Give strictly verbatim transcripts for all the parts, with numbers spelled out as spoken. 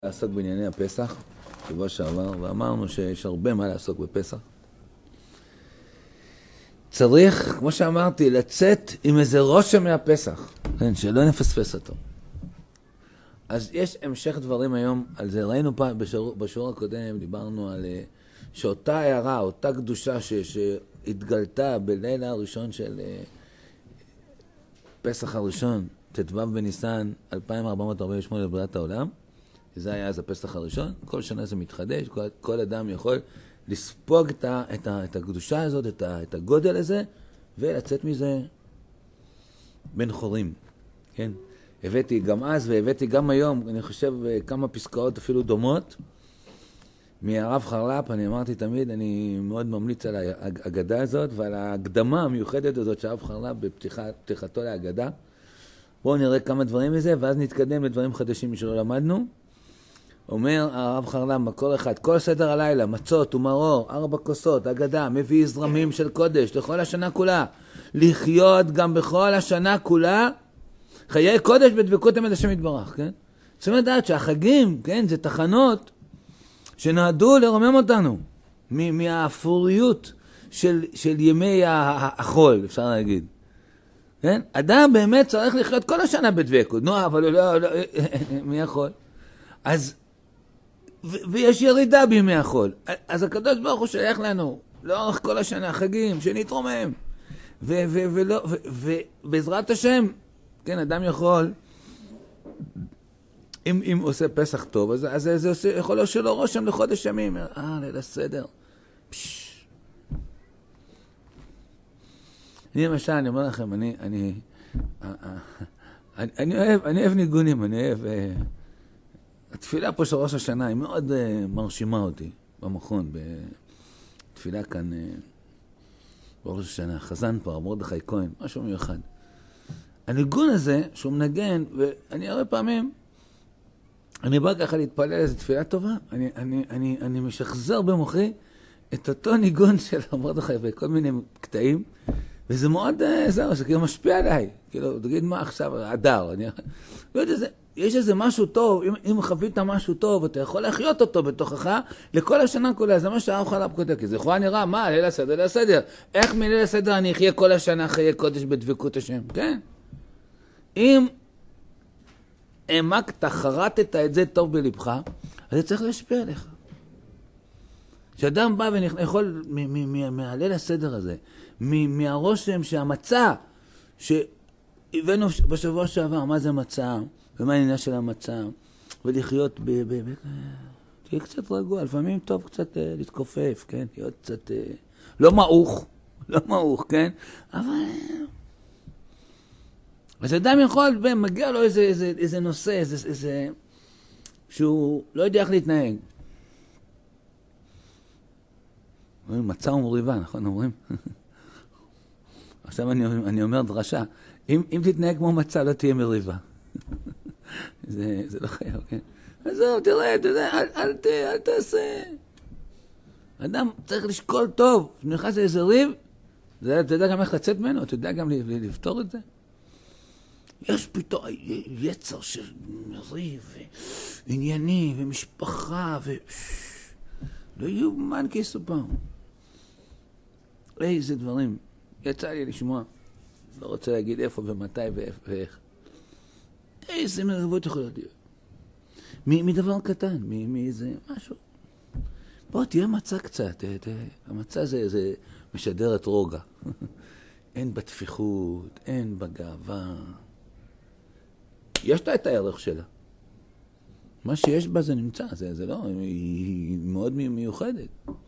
לעסוק בענייני הפסח, שבוע שעבר, ואמרנו שיש הרבה מה לעסוק בפסח. צריך, כמו שאמרתי, לצאת עם איזה רושם מהפסח, כן, שלא נפספס אותו. אז יש המשך דברים היום על זה. ראינו פעם, בשיעור, בשיעור הקודם, דיברנו על שאותה הערה, אותה קדושה ש, שהתגלתה בלילה הראשון של פסח הראשון, ט"ו בניסן אלפיים ארבע מאות ארבעים ושמונה לבריאת העולם, זה היה אז הפסח הראשון, כל שנה זה מתחדש, כל, כל אדם יכול לספוג את, ה, את, ה, את הקדושה הזאת, את, ה, את הגודל הזה, ולצאת מזה בין חורים, כן? הבאתי גם אז והבאתי גם היום, אני חושב כמה פסקאות אפילו דומות, מהרב חרל"פ, אני אמרתי תמיד, אני מאוד ממליץ על ההגדה הזאת, ועל ההקדמה המיוחדת הזאת שהרב חרל"פ בפתיחתו להגדה. בואו נראה כמה דברים מזה, ואז נתקדם לדברים חדשים שלא למדנו. אומר הרב חרל"פ, מקור אחד, כל סדר הלילה, מצות ומרור, ארבע כוסות, הגדה, מביא זרמים של קודש לכל השנה כולה. לחיות גם בכל השנה כולה, חיי קודש בדבקות עמד השם יתברך, כן? צריכים לדעת שהחגים, כן, זה תחנות שנועדו לרומם אותנו מהאפוריות של, של ימי החול, אפשר להגיד. כן? אדם באמת צריך לחיות כל השנה בדבקות, נו, אבל לא, לא, מי יכול? אז, ו, ויש ירידה בימי החול. אז הקדוש ברוך הוא שייך לנו לאורך כל השנה, חגים, שנתרומם. ובעזרת השם, כן, אדם יכול, אם, אם עושה פסח טוב, אז, אז זה עושה, יכול להיות שלא רושם לחודש ימים. אה, ליל הסדר. פשש. אני למשל, אני אומר לכם, אני, אני, אני, אני אוהב, אני אוהב ניגונים, אני אוהב, התפילה פה של ראש השנה היא מאוד מרשימה אותי במכון, בתפילה כאן בראש השנה, חזן פה, מרדכי כהן, משהו מיוחד. הניגון הזה שהוא מנגן, ואני הרבה פעמים, אני בא ככה להתפלל איזו תפילה טובה, אני, אני, אני, אני משחזר במוחי את אותו ניגון של מרדכי וכל מיני קטעים, וזה מאוד, זהו, זה כאילו משפיע עליי. כאילו, תגיד מה עכשיו, הדר. אני לא יודע, זה, יש איזה משהו טוב, אם, אם חווית משהו טוב, אתה יכול להחיות אותו בתוכך לכל השנה כולה. זה מה שהרב חרל"פ כותב, כי זה יכולה נראה, מה, ליל הסדר, ליל הסדר. איך מליל הסדר אני אחיה כל השנה חיי קודש בדבקות השם? כן? אם העמקת, חרטת את זה טוב בלבך, אז זה צריך להשפיע עליך. שאדם בא ויכול מהליל הסדר הזה, מהרושם שהמצע שהבאנו בשבוע שעבר, מה זה מצע, ומה העניין של המצע, ולחיות ב... ב, ב תהיה קצת רגוע, לפעמים טוב קצת להתכופף, כן? להיות קצת... לא מעוך, לא מעוך, כן? אבל... אז אדם יכול, מגיע לו איזה, איזה, איזה נושא, איזה, איזה... שהוא לא יודע איך להתנהג. מצע ומריבה, נכון אומרים? עכשיו אני, אני אומר דרשה, אם, אם תתנהג כמו מצע, לא תהיה מריבה. זה, זה לא חייב, כן? אז זהו, תראה, תראה, אל, אל, אל, אל תעשה. אדם צריך לשקול טוב, נכנס לאיזה ריב, זה, אתה יודע גם איך לצאת ממנו, אתה יודע גם לפתור את זה. יש פתאום יצר של ריב, ועניינים, ומשפחה, ו... לא יאומן כי יסופר. איזה דברים. יצא לי לשמוע. לא רוצה להגיד איפה ומתי ואיך. איזה מריבות יכולות להיות. מדבר קטן, מאיזה משהו. בוא, תהיה מצע קצת. המצע זה משדרת רוגע. אין בתפיחות, אין בגאווה. יש לה את הערך שלה. מה שיש בה זה נמצא, זה, זה לא, היא מאוד מיוחדת.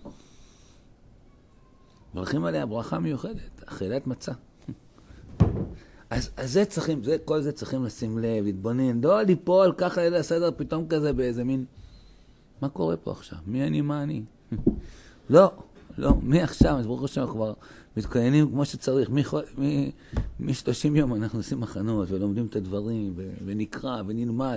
ברכים עליה ברכה מיוחדת, אכילת מצה. אז, אז זה צריכים, זה, כל זה צריכים לשים לב, להתבונן, לא ליפול ככה ליל הסדר פתאום כזה באיזה מין, מה קורה פה עכשיו? מי אני, מה אני? לא, לא, מי עכשיו? אז ברוך השם כבר מתכוננים כמו שצריך, מ-שלושים יום אנחנו עושים מחנות ולומדים את הדברים, ונקרא ונלמד,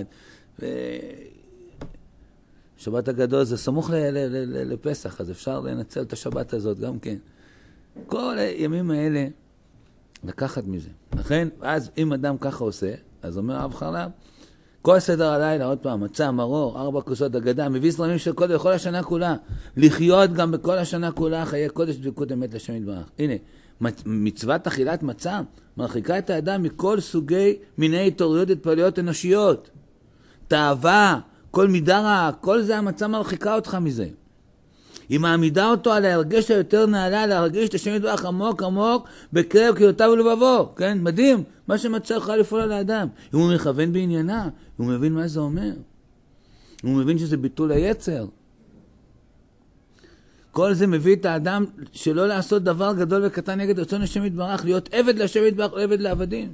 שבת הגדול זה סמוך לפסח, אז אפשר לנצל את השבת הזאת גם כן. כל הימים האלה לקחת מזה. לכן, אז אם אדם ככה עושה, אז אומר הרב חרל"פ, כל סדר הלילה, עוד פעם, מצה, מרור, ארבע כוסות אגדה, מביא זרמים של קודש בכל השנה כולה. לחיות גם בכל השנה כולה, חיי קודש דבקות אמת לשם יתברך. הנה, מצוות אכילת מצה מרחיקה את האדם מכל סוגי מיני התעוררויות התפעלויות אנושיות. תאווה, כל מידה רעה, כל זה המצה מרחיקה אותך מזה. היא מעמידה אותו על ההרגש היותר נעלה, להרגיש את השם יתברך עמוק עמוק בקרב קריאותיו ולבבו. כן, מדהים, מה שמצה יכולה לפעול על האדם. אם הוא מכוון בעניינה, הוא מבין מה זה אומר. הוא מבין שזה ביטול היצר. כל זה מביא את האדם שלא לעשות דבר גדול וקטן נגד רצון השם יתברך, להיות עבד להשם יתברך, או עבד לעבדים.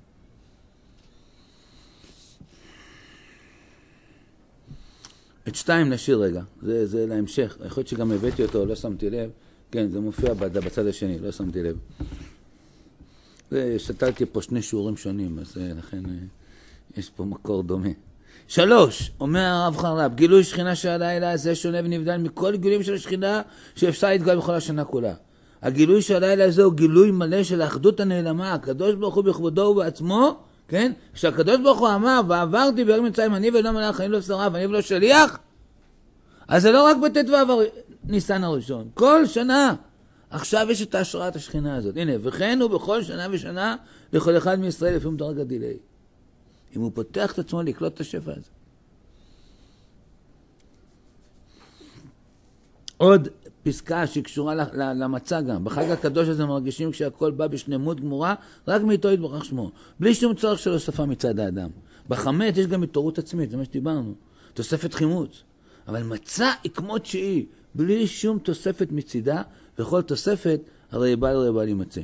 את שתיים נשאיר רגע, זה, זה להמשך. יכול להיות שגם הבאתי אותו, לא שמתי לב. כן, זה מופיע בצד השני, לא שמתי לב. שתלתי פה שני שיעורים שונים, אז לכן יש פה מקור דומה. שלוש, אומר הרב חרל"פ, גילוי שכינה של הלילה הזה שונה ונבדל מכל גילויים של השכינה שאפשר להתגלה בכל השנה כולה. הגילוי של הלילה הזה הוא גילוי מלא של האחדות הנעלמה, הקדוש ברוך הוא בכבודו ובעצמו, כן? כשהקדוש ברוך הוא אמר, ועברתי ביום מצרים, אני ולא מלאך, אני לא שרה ואני ולא שליח, אז זה לא רק בט"ו ניסן הראשון, כל שנה. עכשיו יש את השראת השכינה הזאת. הנה, וכן הוא בכל שנה ושנה לכל אחד מישראל לפי מדרג הדילי. אם הוא פותח את עצמו לקלוט את השפע הזה. עוד פסקה שקשורה למצה גם. בחג הקדוש הזה מרגישים כשהכל בא בשלמות גמורה, רק מאיתו יתברך שמו. בלי שום צורך של הוספה מצד האדם. בחמץ יש גם התעוררות עצמית, זה מה שדיברנו. תוספת חימוץ. אבל מצה היא כמות שהיא, בלי שום תוספת מצידה, וכל תוספת הרי בא לרבה להימצא.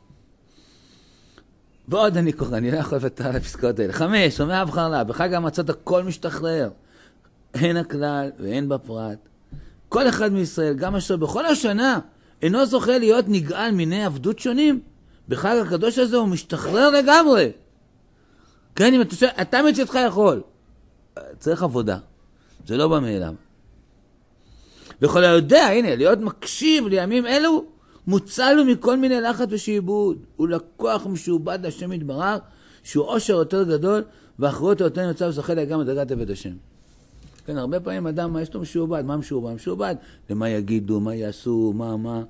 ועוד אני קורא, אני לא יכול לוותר על הפסקאות האלה. חמש, אומר הרב חרל"פ, בחג המצות הכל משתחרר. הן הכלל והן בפרט. כל אחד מישראל, גם אשר בכל השנה, אינו זוכה להיות נגאל מיני עבדות שונים. בחג הקדוש הזה הוא משתחרר לגמרי. כן, אם אתה, אתה מצדך יכול. צריך עבודה. זה לא בא מאליו. וכל היודע, הנה, להיות מקשיב לימים אלו, מוצא לו מכל מיני לחץ ושעבוד. הוא לקוח משועבד לשם יתברך, שהוא עושר יותר גדול, ואחרות יותר נמצא וזוכה להגיע מדרגת עבד השם. כן, הרבה פעמים אדם, מה יש לו משועבד? מה משועבד? משועבד? למה יגידו, מה יעשו, מה, מה.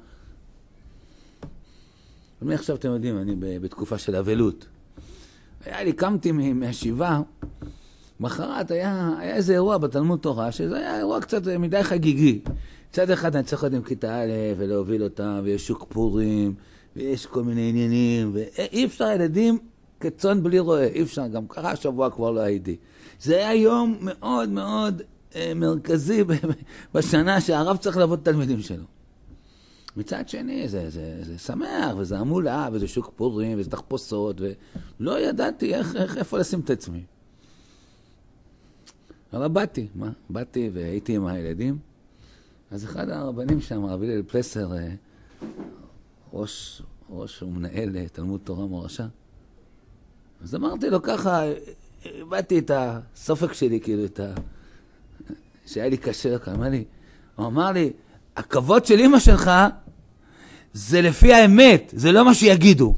אבל עכשיו אתם יודעים, אני בתקופה של אבלות. היה לי, קמתי מהשיבה, מחרת היה, היה איזה אירוע בתלמוד תורה, שזה היה אירוע קצת מדי חגיגי. צד אחד אני צריך להיות עם כיתה א' ולהוביל אותם, ויש שוק פורים, ויש כל מיני עניינים, ואי אפשר ילדים כצאן בלי רועה, אי אפשר, גם ככה השבוע כבר לא הייתי. זה היה יום מאוד מאוד אה, מרכזי בשנה שהרב צריך לעבוד תלמידים שלו. מצד שני, זה, זה, זה שמח, וזה עמולה, וזה שוק פורים, וזה תחפושות, ולא ידעתי איך, איך, איפה לשים את עצמי. אבל באתי, מה? באתי והייתי עם הילדים. אז אחד הרבנים שם, רבי הלל פלסר, ראש, ראש ומנהל תלמוד תורה מורשה. אז אמרתי לו ככה, באתי את הסופק שלי, כאילו את ה... שהיה לי קשה, אמר לי, הוא אמר לי, הכבוד של אמא שלך זה לפי האמת, זה לא מה שיגידו.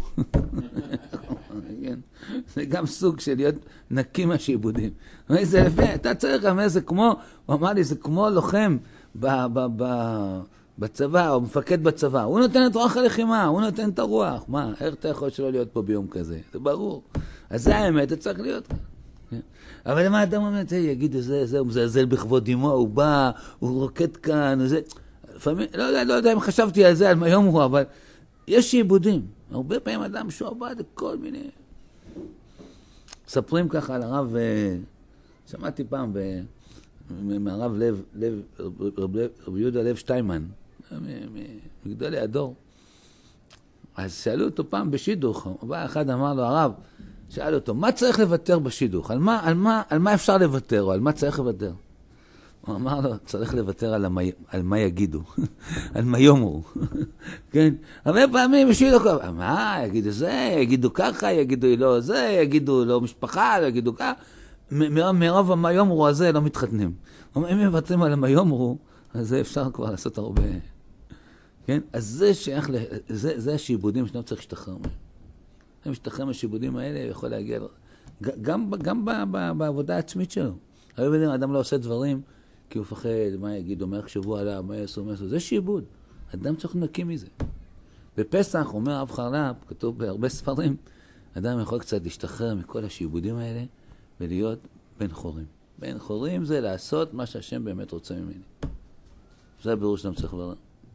זה גם סוג של להיות נקי מהשעבודים. זה לפי, אתה צריך, אמר, זה כמו, הוא אמר לי, זה כמו לוחם ב, ב, ב, בצבא, או מפקד בצבא. הוא נותן את רוח הלחימה, הוא נותן את הרוח. מה, איך אתה יכול שלא להיות פה ביום כזה? זה ברור. אז זה האמת, אתה צריך להיות כאן. אבל למה אדם אומר, יגיד, זה, זה, הוא מזלזל בכבוד אמו, הוא בא, הוא רוקד כאן, זה... לפעמים, לא יודע, לא יודע אם חשבתי על זה, על מה יום הוא, אבל יש שעבודים. הרבה פעמים אדם משועבד כל מיני... מספרים ככה על הרב, שמעתי פעם מהרב לב, לב, רב יהודה לב שטיימן, מגדולי הדור. אז שאלו אותו פעם בשידוך, בא אחד אמר לו, הרב, שאל אותו, מה צריך לוותר בשידוך? על מה, על מה, על מה אפשר לוותר, או על מה צריך לוותר? הוא אמר לו, צריך לוותר על, המי, על מה יגידו, על מה יאמרו. כן? הרבה פעמים בשידוך, מה, יגידו זה, יגידו ככה, יגידו לא זה, יגידו לא משפחה, יגידו ככה. מרוב מה יאמרו הזה לא מתחתנים. אם מבטרים על מה יאמרו, אז זה אפשר כבר לעשות הרבה. כן? אז זה שייך, זה, זה השעבודים שאתה צריך להשתחרר מהם. אם משתחרר מהשעבודים האלה, יכול להגיע גם, גם ב, ב, בעבודה העצמית שלו. הרבה פעמים האדם לא עושה דברים כי הוא מפחד, מה יגידו, מה יחשבו עליו, מה יעשו, מה יעשו. זה שיבוד. אדם צריך לנקי מזה. בפסח, אומר הרב חרל"פ, כתוב בהרבה ספרים, אדם יכול קצת להשתחרר מכל השיבודים האלה ולהיות בן חורים. בן חורים זה לעשות מה שהשם באמת רוצה ממני. זה הבירור שאדם צריך לברר.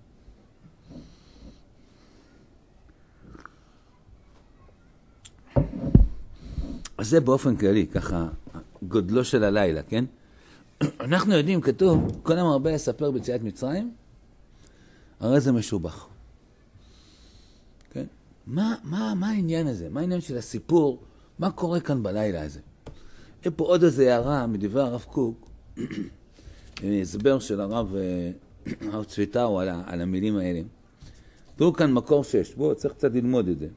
אז זה באופן כללי, ככה, גודלו של הלילה, כן? אנחנו יודעים, כתוב, כל המרבה יספר ביציאת מצרים, הרי זה משובח. כן? מה, מה, מה העניין הזה? מה העניין של הסיפור? מה קורה כאן בלילה הזה? יש פה עוד איזה הערה מדברי הרב קוק, הסבר של הרב, הרב צביטאו על, על המילים האלה. תראו כאן מקור שש, בואו, צריך קצת ללמוד את זה.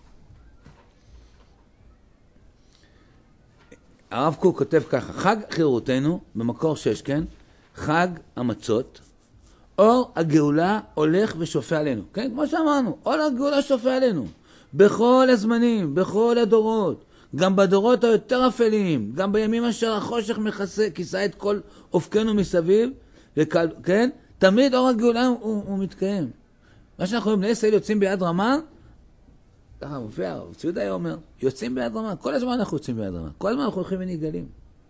הרב קוק כותב ככה, חג חירותנו, במקור שש, כן? חג המצות, אור הגאולה הולך ושופע עלינו. כן, כמו שאמרנו, אור הגאולה שופע עלינו. בכל הזמנים, בכל הדורות, גם בדורות היותר אפלים, גם בימים אשר החושך מכסה, כיסה את כל אופקנו מסביב, וקל, כן? תמיד אור הגאולה הוא, הוא מתקיים. מה שאנחנו רואים, בני ישראל יוצאים ביד רמה, ככה מופיע, הרב ציודה היה אומר, יוצאים ביד רמה, כל הזמן אנחנו יוצאים ביד רמה, כל הזמן אנחנו הולכים ונגלים.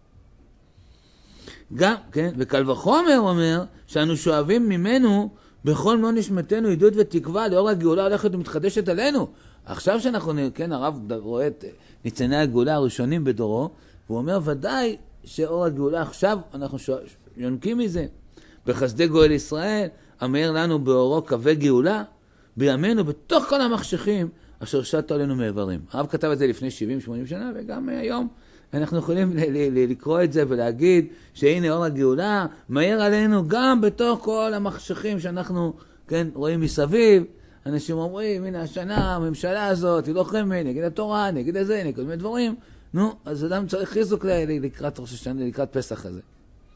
גם, כן, וקל וחומר אומר, שאנו שואבים ממנו, בכל מלוא נשמתנו, עידוד ותקווה, לאור הגאולה הולכת ומתחדשת עלינו. עכשיו שאנחנו, כן, הרב רואה את ניצני הגאולה הראשונים בדורו, והוא אומר, ודאי שאור הגאולה עכשיו, אנחנו יונקים מזה. בחסדי גואל ישראל, אמר לנו באורו קווי גאולה, בימינו, בתוך כל המחשכים, אשר שט עלינו מעברים. הרב כתב את זה לפני שבעים שמונים שנה, וגם היום אנחנו יכולים ל- ל- ל- לקרוא את זה ולהגיד שהנה אור הגאולה מהיר עלינו גם בתוך כל המחשכים שאנחנו, כן, רואים מסביב. אנשים אומרים, הנה השנה, הממשלה הזאת, היא לוחמת נגד התורה, נגד הזה, נגד כל דברים. נו, אז אדם צריך חיזוק לקראת ראש השנה, לקראת פסח הזה.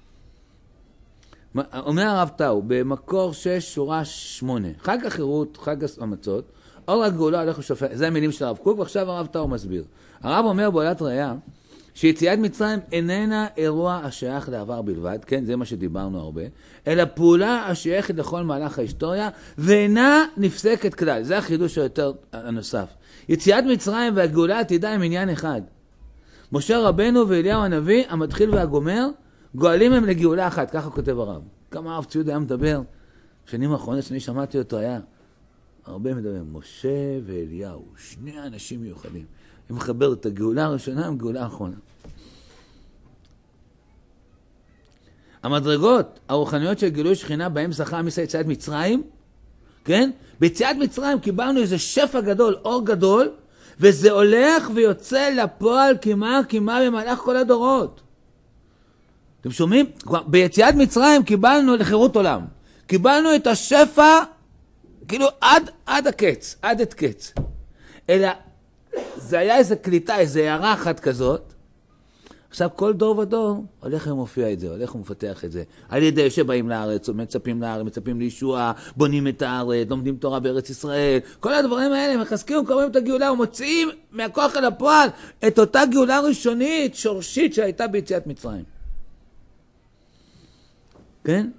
אומר הרב טאו, במקור שש, שורה שמונה, חג החירות, חג המצות, אור הגאולה הולך ושופע, זה המילים של הרב קוק, ועכשיו הרב טאו מסביר. הרב אומר בעולת ראיה, שיציאת מצרים איננה אירוע השייך לעבר בלבד, כן, זה מה שדיברנו הרבה, אלא פעולה השייכת לכל מהלך ההיסטוריה, ואינה נפסקת כלל. זה החידוש היותר הנוסף. יציאת מצרים והגאולה עתידה הם עניין אחד. משה רבנו ואליהו הנביא, המתחיל והגומר, גואלים הם לגאולה אחת, ככה כותב הרב. כמה הרב ציוד היה מדבר, שנים האחרונות שאני שמעתי אותו היה, הרבה מדבר, משה ואליהו, שני אנשים מיוחדים. הם מחבר את הגאולה הראשונה עם הגאולה האחרונה. המדרגות הרוחניות של גילוי שכינה בהם זכה עם ישראל יציאת מצרים, כן? ביציאת מצרים קיבלנו איזה שפע גדול, אור גדול, וזה הולך ויוצא לפועל כמעט כמעט במהלך כל הדורות. אתם שומעים? ביציאת מצרים קיבלנו לחירות עולם. קיבלנו את השפע, כאילו עד, עד הקץ, עד את קץ. אלא, זה היה איזו קליטה, איזו הערה אחת כזאת. עכשיו כל דור ודור הולך ומופיע את זה, הולך ומפתח את זה. על ידי שבאים לארץ, מצפים לארץ, מצפים לישוע, בונים את הארץ, לומדים תורה בארץ ישראל. כל הדברים האלה מחזקים וקוראים את הגאולה ומוציאים מהכוח אל הפועל את אותה גאולה ראשונית, שורשית שהייתה ביציאת מצרים. כן?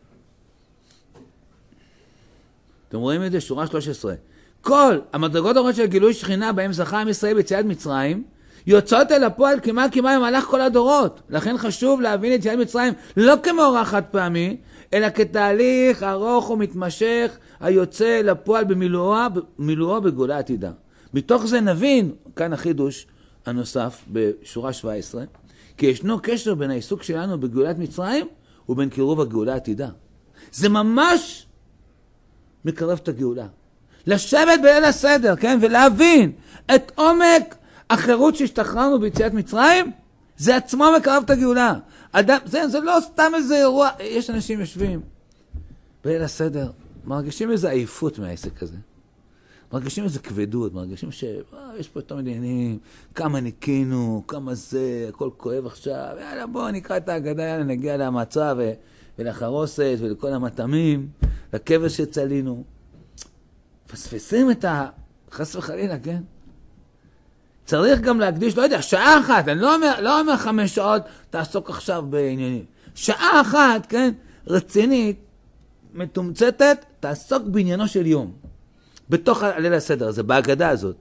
אתם רואים את זה? שורה שלוש עשרה. כל המדרגות הראשונות של גילוי שכינה בהם זכה עם ישראל ביציאת מצרים, יוצאות אל הפועל כמעט כמעט במהלך כל הדורות. לכן חשוב להבין את יציאת מצרים לא כמאורע חד פעמי, אלא כתהליך ארוך ומתמשך היוצא אל הפועל במילואו בגאולה עתידה. מתוך זה נבין, כאן החידוש הנוסף בשורה שבע עשרה, כי ישנו קשר בין העיסוק שלנו בגאולת מצרים ובין קירוב הגאולה עתידה. זה ממש מקרב את הגאולה. לשבת בליל הסדר, כן? ולהבין את עומק החירות שהשתחררנו ביציאת מצרים, זה עצמו מקרב את הגאולה. אדם, זה, זה לא סתם איזה אירוע, יש אנשים יושבים בליל הסדר, מרגישים איזו עייפות מהעסק הזה. מרגישים איזו כבדות, מרגישים שיש פה יותר מדיינים, כמה ניקינו, כמה זה, הכל כואב עכשיו, יאללה בואו נקרא את ההגדה, יאללה נגיע להמצה ו... ולחרוסת ולכל המטעמים, לכבש שצלינו. פספסים את ה... חס וחלילה, כן? צריך גם להקדיש, לא יודע, שעה אחת, אני לא אומר, לא אומר חמש שעות, תעסוק עכשיו בעניינים. שעה אחת, כן, רצינית, מתומצתת, תעסוק בעניינו של יום. בתוך הליל הסדר הזה, בהגדה הזאת.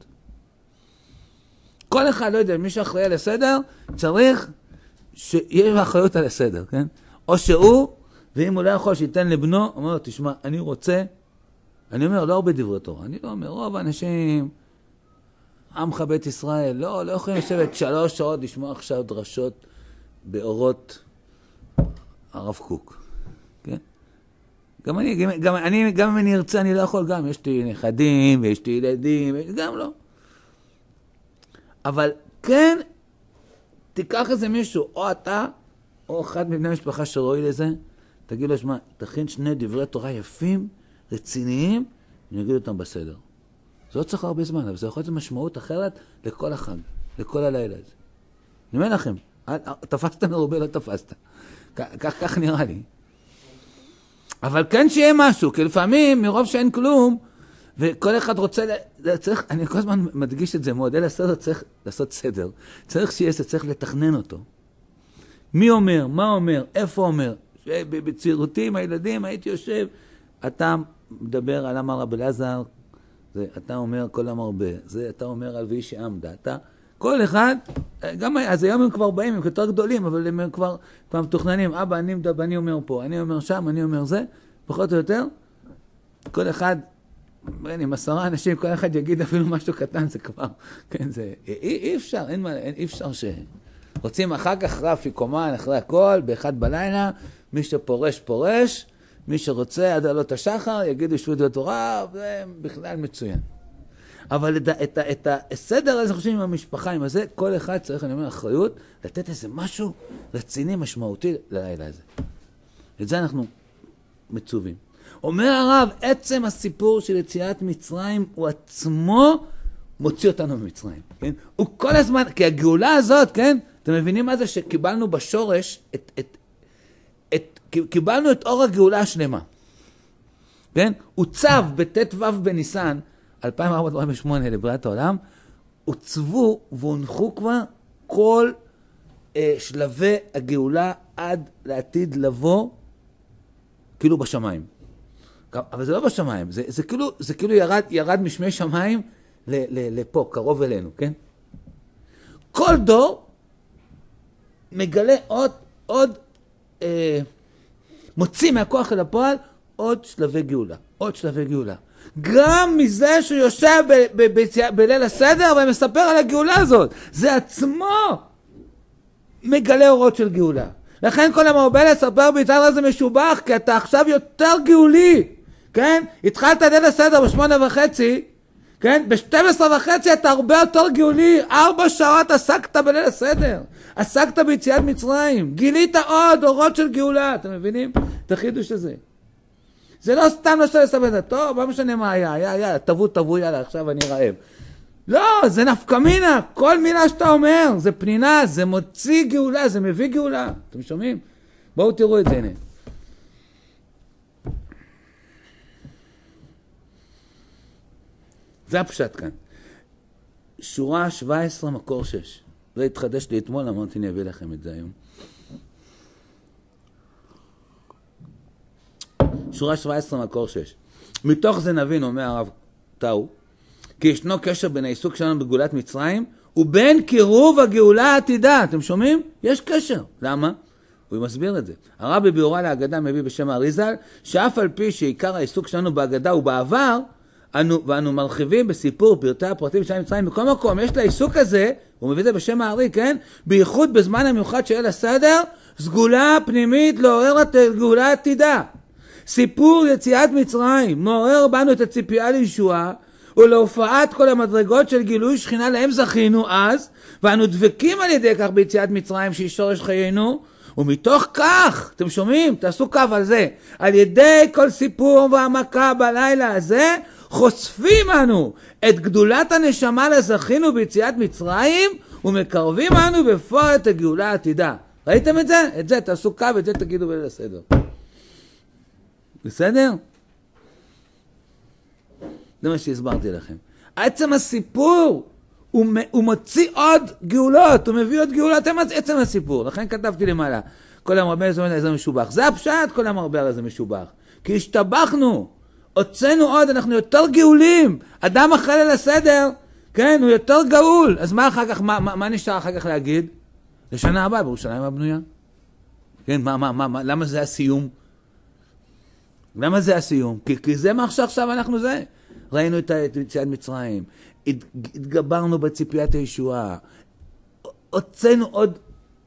כל אחד, לא יודע, מי שאחראי על הסדר, צריך שיהיה לו אחריות על הסדר, כן? או שהוא, ואם הוא לא יכול שייתן לבנו, הוא אומר, תשמע, אני רוצה, אני אומר, לא הרבה דברי תורה, אני לא אומר, רוב האנשים, עמך בית ישראל, לא, לא יכולים לשבת שלוש שעות, לשמוע עכשיו דרשות באורות הרב קוק, כן? גם אני, גם, גם אני, גם אם אני ארצה, אני לא יכול, גם יש לי נכדים, ויש לי ילדים, גם לא. אבל כן, תיקח איזה מישהו, או אתה, או אחד מבני המשפחה שרואי לזה, תגיד לו, שמה, תכין שני דברי תורה יפים, רציניים, ונגיד אותם בסדר. זה לא צריך הרבה זמן, אבל זה יכול להיות משמעות אחרת לכל החג, לכל הלילה הזה. אני אומר לכם, תפסת מרובה, לא תפסת. כך, כך נראה לי. אבל כן שיהיה משהו, כי לפעמים, מרוב שאין כלום, וכל אחד רוצה, צריך, אני כל הזמן מדגיש את זה, מודל הסדר צריך לעשות סדר. צריך שיהיה, צריך לתכנן אותו. מי אומר, מה אומר, איפה אומר. בצעירותי עם הילדים הייתי יושב, אתה מדבר על אמר רבי אלעזר, אתה אומר כל המרבה, זה אתה אומר על ואי שעמדה, אתה, כל אחד, גם אז היום הם כבר באים, הם יותר גדולים, אבל הם כבר, כבר מתוכננים, אבא, אני, אני אומר פה, אני אומר שם, אני אומר זה, פחות או יותר, כל אחד, עם עשרה אנשים, כל אחד יגיד אפילו משהו קטן, זה כבר, כן, זה, אי, אי אפשר, אין מה, אי אפשר ש... רוצים אחר כך רפי קומן, אחרי הכל, באחד בלילה, מי שפורש פורש, מי שרוצה עד עלות השחר, יגידו שבות בתורה, זה בכלל מצוין. אבל את, את, את, את הסדר הזה חושבים עם המשפחה, עם הזה, כל אחד צריך, אני אומר, אחריות, לתת איזה משהו רציני, משמעותי ללילה הזה. את זה אנחנו מצווים. אומר הרב, עצם הסיפור של יציאת מצרים, הוא עצמו מוציא אותנו ממצרים. כן? הוא כל הזמן, כי הגאולה הזאת, כן? אתם מבינים מה זה שקיבלנו בשורש, את, את, את, קיבלנו את אור הגאולה השלמה. כן? הוא צב בתת וו בניסן, אלפיים ארבע מאות ארבעים ושמונה לבריאת העולם, הוצבו והונחו כבר כל אה, שלבי הגאולה עד לעתיד לבוא, כאילו בשמיים. אבל זה לא בשמיים, זה, זה כאילו, זה כאילו ירד, ירד משמי שמיים ל, ל, לפה, קרוב אלינו, כן? כל דור מגלה עוד, עוד, אה, מוציא מהכוח אל הפועל עוד שלבי גאולה, עוד שלבי גאולה. גם מזה שהוא יושב ב, ב, ב, בליל הסדר ומספר על הגאולה הזאת. זה עצמו מגלה אורות של גאולה. לכן כל המרבה לספר ביצר הזה משובח, כי אתה עכשיו יותר גאולי, כן? התחלת ליל הסדר בשמונה וחצי, כן? ב-שתים עשרה וחצי אתה הרבה יותר גאולי, ארבע שעות עסקת בליל הסדר, עסקת ביציאת מצרים, גילית עוד אורות של גאולה, אתם מבינים? את החידוש הזה. זה לא סתם לשאול לספר את זה, טוב, לא משנה מה היה, היה, היה, תבוא, תבוא, יאללה, עכשיו אני רעב. לא, זה נפקא מינה, כל מילה שאתה אומר, זה פנינה, זה מוציא גאולה, זה מביא גאולה, אתם שומעים? בואו תראו את זה, הנה. זה הפשט כאן. שורה שבע עשרה מקור שש. זה התחדש לי אתמול, אמרתי אני אביא לכם את זה היום. שורה שבע עשרה מקור שש. מתוך זה נבין, אומר הרב טאו, כי ישנו קשר בין העיסוק שלנו בגאולת מצרים, ובין קירוב הגאולה העתידה. אתם שומעים? יש קשר. למה? הוא מסביר את זה. הרב בביאורה להגדה מביא בשם האריזל, שאף על פי שעיקר העיסוק שלנו בהגדה הוא בעבר, אנו, ואנו מרחיבים בסיפור פרטי הפרטים של מצרים. בכל מקום יש לעיסוק הזה, הוא מביא את זה בשם הארי, כן? בייחוד בזמן המיוחד של הסדר, סגולה פנימית לעורר את גאולה עתידה. סיפור יציאת מצרים מעורר בנו את הציפייה לישועה, ולהופעת כל המדרגות של גילוי שכינה להם זכינו אז, ואנו דבקים על ידי כך ביציאת מצרים שהיא שורש חיינו, ומתוך כך, אתם שומעים? תעשו קו על זה, על ידי כל סיפור והעמקה בלילה הזה, חושפים אנו את גדולת הנשמה לזכינו ביציאת מצרים, ומקרבים אנו בפועל את הגאולה העתידה. ראיתם את זה? את זה תעשו קו, את זה תגידו בליל הסדר. בסדר? זה מה שהסברתי לכם. עצם הסיפור הוא, הוא מוציא עוד גאולות, הוא מביא עוד גאולות, זה עצם הסיפור. לכן כתבתי למעלה, כל המרבה על זה משובח. זה הפשט, כל המרבה על זה משובח. כי השתבחנו, הוצאנו עוד, אנחנו יותר גאולים. אדם אחרי ליל הסדר, כן, הוא יותר גאול. אז מה אחר כך, מה, מה, מה נשאר אחר כך להגיד? לשנה הבאה בירושלים הבנויה. כן, מה, מה, מה, מה, למה זה הסיום? למה זה הסיום? כי, כי זה מה עכשיו אנחנו זה. ראינו את יציאת מצרים, התגברנו בציפיית הישועה, הוצאנו עוד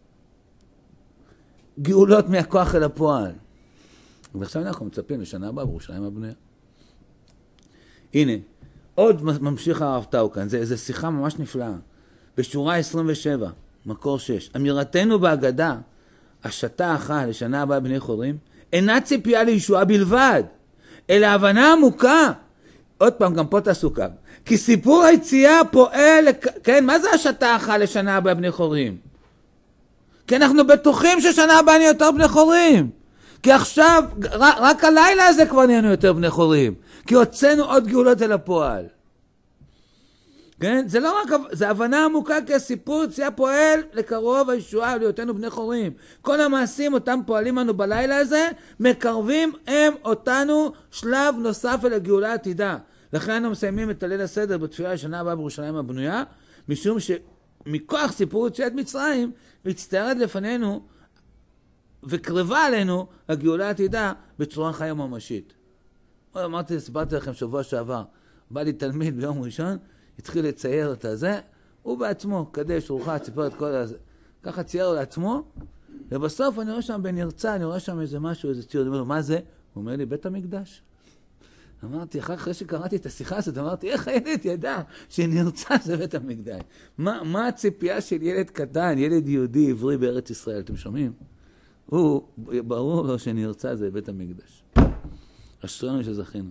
גאולות מהכוח אל הפועל. ועכשיו אנחנו מצפים לשנה הבאה בירושלים הבנויה. הנה, עוד ממשיך הרב טאו כאן, זה, זה שיחה ממש נפלאה. בשורה עשרים ושבע, מקור שש, אמירתנו בהגדה, השתה אחת לשנה הבאה בני חורים, אינה ציפייה לישועה בלבד, אלא הבנה עמוקה. עוד פעם, גם פה תעשו קו. כי סיפור היציאה פועל, כן, מה זה השתה אחת לשנה הבאה בני חורים? כי אנחנו בטוחים ששנה הבאה נהיה יותר בני חורים. כי עכשיו, רק, רק הלילה הזה כבר נהיינו יותר בני חורים. כי הוצאנו עוד גאולות אל הפועל. כן? זה לא רק, זה הבנה עמוקה, כי הסיפור יציאה פועל לקרוב הישועה להיותנו בני חורים. כל המעשים אותם פועלים לנו בלילה הזה, מקרבים הם אותנו שלב נוסף אל הגאולה העתידה. לכן אנחנו מסיימים את הליל הסדר בתפילה לשנה הבאה בירושלים הבנויה, משום שמכוח סיפור יציאת מצרים, מצטיירת לפנינו וקרבה עלינו הגאולה העתידה בצורה חיה ממשית. אמרתי, סיפרתי לכם שבוע שעבר, בא לי תלמיד ביום ראשון, התחיל לצייר את הזה, הוא בעצמו, קדש, רוחה, ציפר את כל הזה, ככה צייר לעצמו, ובסוף אני רואה שם בנרצה, אני רואה שם איזה משהו, איזה ציור, אני אומר לו, מה זה? הוא אומר לי, בית המקדש. אמרתי, אחר אחרי שקראתי את השיחה הזאת, אמרתי, איך הילד ידע שנרצה זה בית המקדש? מה, מה הציפייה של ילד קטן, ילד יהודי עברי בארץ ישראל, אתם שומעים? הוא, ברור לו שנרצה זה בית המקדש. אשרינו שזכינו.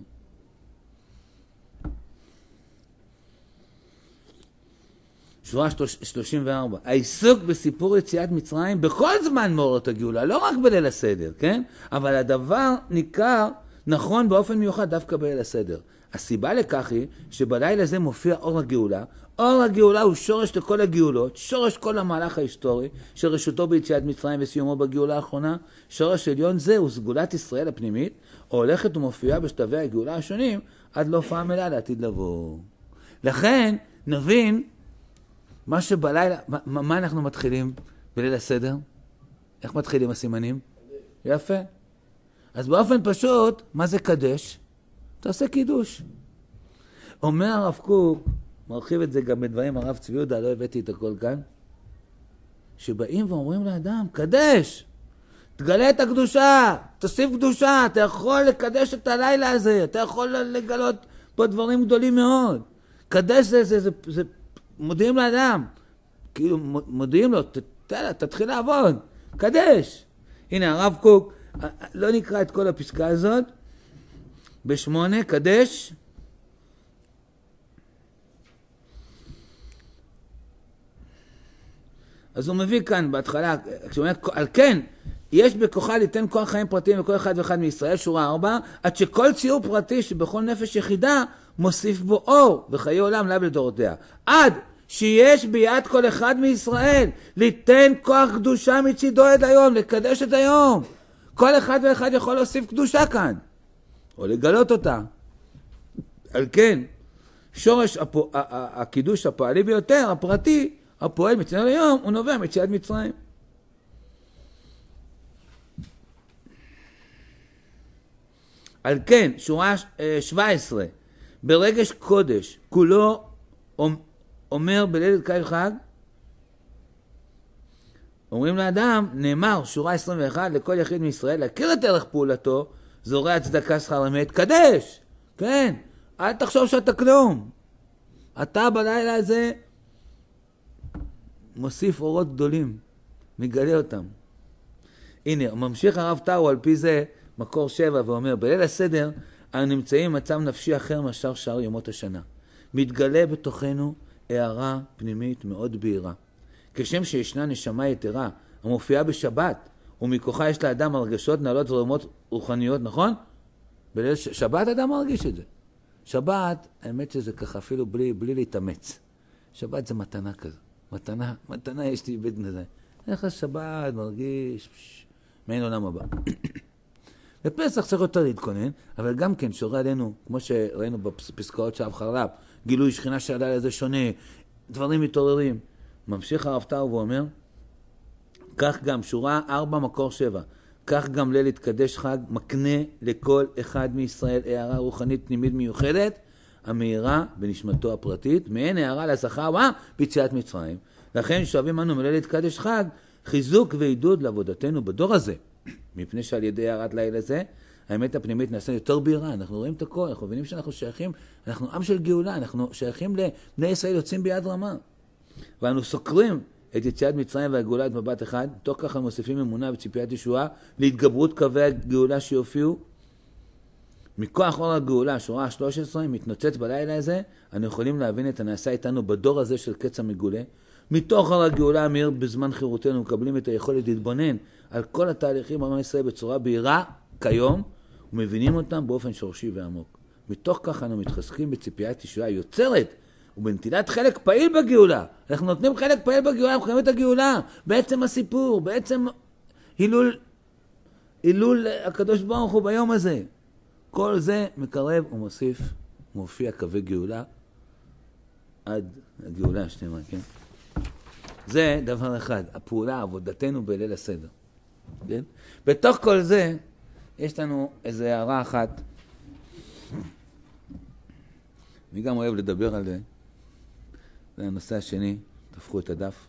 שורה שלושים וארבע. העיסוק בסיפור יציאת מצרים בכל זמן מאורות הגאולה, לא רק בליל הסדר, כן? אבל הדבר ניכר נכון באופן מיוחד דווקא בליל הסדר. הסיבה לכך היא שבלילה הזה מופיע אור הגאולה. אור הגאולה הוא שורש לכל הגאולות, שורש כל המהלך ההיסטורי של רשותו ביציאת מצרים וסיומו בגאולה האחרונה. שורש עליון זה הוא סגולת ישראל הפנימית, הולכת ומופיעה בשלבי הגאולה השונים עד להופעה מלאה לעתיד לבוא. לכן נבין מה שבלילה, מה, מה אנחנו מתחילים בליל הסדר? איך מתחילים הסימנים? יפה. אז באופן פשוט, מה זה קדש? תעשה קידוש. אומר הרב קוק, מרחיב את זה גם בדברים הרב צבי יהודה, לא הבאתי את הכל כאן, שבאים ואומרים לאדם, קדש, תגלה את הקדושה, תוסיף קדושה, אתה יכול לקדש את הלילה הזה, אתה יכול לגלות פה דברים גדולים מאוד. קדש זה, זה, זה, זה מודיעים לאדם, כאילו מודיעים לו, ת, ת, תתחיל לעבוד, קדש. הנה הרב קוק, לא נקרא את כל הפסקה הזאת, בשמונה, קדש, אז הוא מביא כאן בהתחלה, כשהוא אומר, על כן, יש בכוחה ליתן כוח חיים פרטיים לכל אחד ואחד מישראל, שורה ארבע, עד שכל ציור פרטי שבכל נפש יחידה מוסיף בו אור וחיי עולם לה לדורותיה. עד שיש ביד כל אחד מישראל ליתן כוח קדושה מצידו עד היום, לקדש את היום. כל אחד ואחד יכול להוסיף קדושה כאן, או לגלות אותה. על כן, שורש הפו, הקידוש הפועלי ביותר, הפרטי, הפועל מצד היום, הוא נובע מצד מצרים. על כן, שורה שבע עשרה, ברגש קודש, כולו אומר בליל קהל חג, אומרים לאדם, נאמר, שורה עשרים ואחת, לכל יחיד מישראל, להכיר את ערך פעולתו, זורע צדקה שכר אמת, קדש, כן, אל תחשוב שאתה כלום. אתה בלילה הזה מוסיף אורות גדולים, מגלה אותם. הנה, ממשיך הרב טאו על פי זה, מקור שבע, ואומר, בליל הסדר, אנו נמצאים במצב נפשי אחר מאשר שאר ימות השנה. מתגלה בתוכנו הערה פנימית מאוד בהירה. כשם שישנה נשמה יתרה, המופיעה בשבת, ומכוחה יש לאדם הרגשות נעלות ורמות רוחניות, נכון? בליל שבת אדם מרגיש את זה. שבת, האמת שזה ככה אפילו בלי, בלי להתאמץ. שבת זה מתנה כזו. מתנה, מתנה יש לי בית נזה. איך השבת מרגיש, מעין עולם הבא. בפסח צריך יותר להתכונן, אבל גם כן שורה עלינו, כמו שראינו בפסקאות של חרל"פ, גילוי שכינה שעלה לזה שונה, דברים מתעוררים. ממשיך הרב טאו ואומר, כך גם, שורה ארבע מקור שבע, כך גם ליל התקדש חג מקנה לכל אחד מישראל הערה רוחנית פנימית מיוחדת, המהירה בנשמתו הפרטית, מעין הערה לשכר מה? ביציאת מצרים. לכן שואבים אנו מליל התקדש חג, חיזוק ועידוד לעבודתנו בדור הזה. מפני שעל ידי הערת ליל הזה, האמת הפנימית נעשה יותר בירה, אנחנו רואים את הכל, אנחנו מבינים שאנחנו שייכים, אנחנו עם של גאולה, אנחנו שייכים לבני ישראל יוצאים ביד רמה. ואנו סוקרים את יציאת מצרים והגאולה את מבט אחד, תוך ככה מוסיפים אמונה וציפיית ישועה, להתגברות קווי הגאולה שיופיעו. מכוח אור הגאולה, שורה שלוש עשרה, מתנוצץ בלילה הזה, אנו יכולים להבין את הנעשה איתנו בדור הזה של קץ המגולה. מתוך אור הגאולה המאיר בזמן חירותנו, מקבלים את היכולת להתבונן על כל התהליכים בעם ישראל בצורה בהירה כיום, ומבינים אותם באופן שורשי ועמוק. מתוך כך אנו מתחזקים בציפיית ישועה יוצרת, ובנטילת חלק פעיל בגאולה. אנחנו נותנים חלק פעיל בגאולה, אנחנו חייבים את הגאולה. בעצם הסיפור, בעצם הילול, הילול הקדוש ברוך הוא ביום הזה. כל זה מקרב ומוסיף, מופיע קווי גאולה, עד הגאולה השלמה, כן? זה דבר אחד, הפעולה, עבודתנו בליל הסדר. כן? בתוך כל זה, יש לנו איזו הערה אחת. אני גם אוהב לדבר על זה. זה הנושא השני, תפכו את הדף.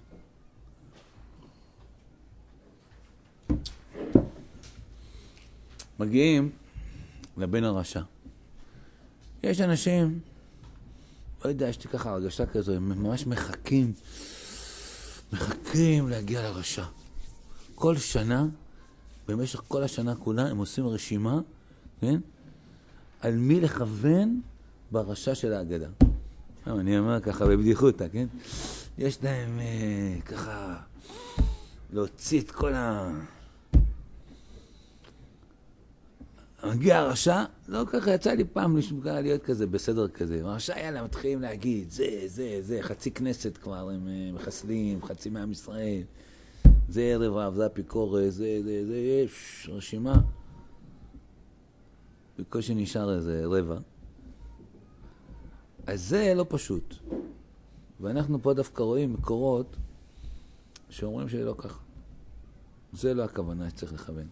מגיעים לבן הרשע. יש אנשים, לא יודע, יש לי ככה הרגשה כזו, הם ממש מחכים, מחכים להגיע לרשע. כל שנה, במשך כל השנה כולה, הם עושים רשימה, כן? על מי לכוון ברשע של ההגדה. אני אומר ככה בבדיחותא, כן? יש להם אה, ככה להוציא את כל ה... מגיע הרשע, לא ככה, יצא לי פעם לשמקה להיות כזה, בסדר כזה. הרשע היה לה מתחילים להגיד, זה, זה, זה, חצי כנסת כבר, הם מחסלים, חצי מעם ישראל, זה ערב רב, זה אפיקורס, זה, זה, זה, יש רשימה. בקושי נשאר איזה רבע. אז זה לא פשוט. ואנחנו פה דווקא רואים מקורות שאומרים שזה לא ככה. זה לא הכוונה שצריך לכוון.